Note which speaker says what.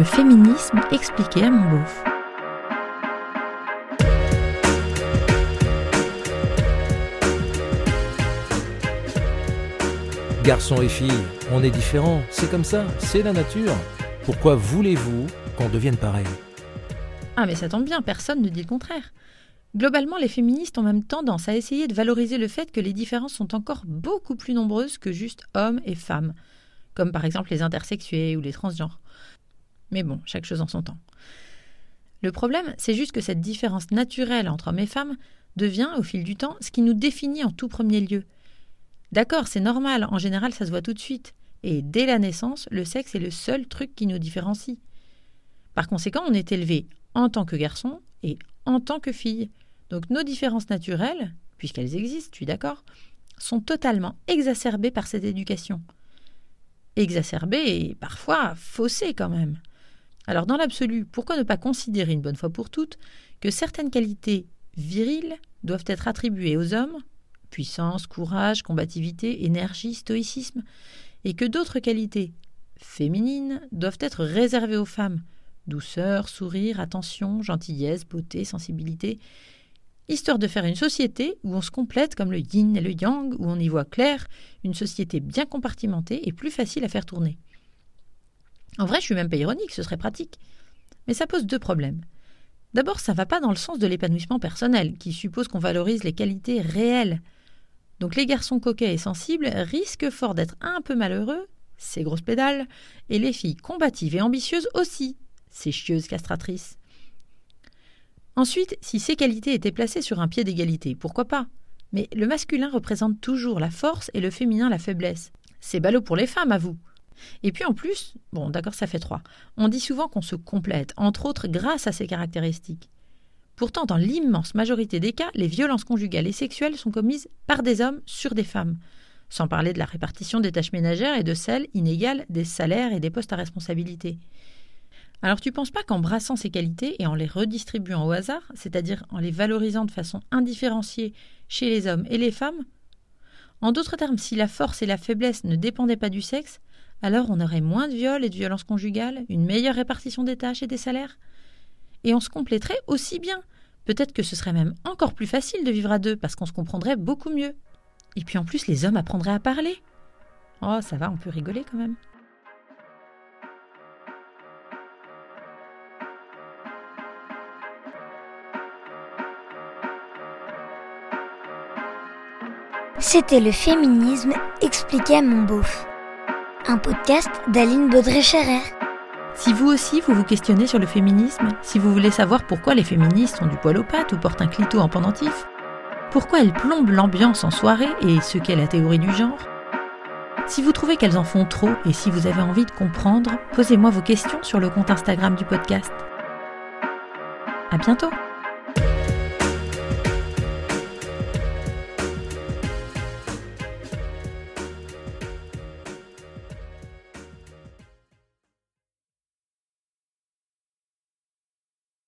Speaker 1: Le féminisme expliqué à mon beauf.
Speaker 2: Garçons et filles, on est différents, c'est comme ça, c'est la nature. Pourquoi voulez-vous qu'on devienne pareil ?
Speaker 1: Ah mais ça tombe bien, personne ne dit le contraire. Globalement, les féministes ont même tendance à essayer de valoriser le fait que les différences sont encore beaucoup plus nombreuses que juste hommes et femmes, comme par exemple les intersexués ou les transgenres. Mais bon, chaque chose en son temps. Le problème, c'est juste que cette différence naturelle entre hommes et femmes devient, au fil du temps, ce qui nous définit en tout premier lieu. D'accord, c'est normal, en général ça se voit tout de suite. Et dès la naissance, le sexe est le seul truc qui nous différencie. Par conséquent, on est élevé en tant que garçon et en tant que fille. Donc nos différences naturelles, puisqu'elles existent, je suis d'accord, sont totalement exacerbées par cette éducation. Exacerbées et parfois faussées quand même. Alors dans l'absolu, pourquoi ne pas considérer une bonne fois pour toutes que certaines qualités viriles doivent être attribuées aux hommes, puissance, courage, combativité, énergie, stoïcisme, et que d'autres qualités féminines doivent être réservées aux femmes, douceur, sourire, attention, gentillesse, beauté, sensibilité, histoire de faire une société où on se complète comme le yin et le yang, où on y voit clair, une société bien compartimentée et plus facile à faire tourner. En vrai, je suis même pas ironique, ce serait pratique. Mais ça pose deux problèmes. D'abord, ça ne va pas dans le sens de l'épanouissement personnel, qui suppose qu'on valorise les qualités réelles. Donc les garçons coquets et sensibles risquent fort d'être un peu malheureux, ces grosses pédales, et les filles combatives et ambitieuses aussi, ces chieuses castratrices. Ensuite, si ces qualités étaient placées sur un pied d'égalité, pourquoi pas ? Mais le masculin représente toujours la force et le féminin la faiblesse. C'est ballot pour les femmes, avoue. Et puis en plus, bon d'accord ça fait 3, on dit souvent qu'on se complète, entre autres grâce à ces caractéristiques. Pourtant, dans l'immense majorité des cas, les violences conjugales et sexuelles sont commises par des hommes sur des femmes, sans parler de la répartition des tâches ménagères et de celle inégale des salaires et des postes à responsabilité. Alors tu penses pas qu'en brassant ces qualités et en les redistribuant au hasard, c'est-à-dire en les valorisant de façon indifférenciée chez les hommes et les femmes, en d'autres termes, si la force et la faiblesse ne dépendaient pas du sexe, alors on aurait moins de viols et de violences conjugales, une meilleure répartition des tâches et des salaires. Et on se compléterait aussi bien. Peut-être que ce serait même encore plus facile de vivre à deux, parce qu'on se comprendrait beaucoup mieux. Et puis en plus, les hommes apprendraient à parler. Oh, ça va, on peut rigoler quand même.
Speaker 3: C'était le féminisme expliqué à mon beauf. Un podcast d'Aline Baudré-Scherer.
Speaker 1: Si vous aussi vous vous questionnez sur le féminisme, si vous voulez savoir pourquoi les féministes ont du poil aux pattes ou portent un clito en pendentif, pourquoi elles plombent l'ambiance en soirée et ce qu'est la théorie du genre, si vous trouvez qu'elles en font trop et si vous avez envie de comprendre, posez-moi vos questions sur le compte Instagram du podcast. À bientôt.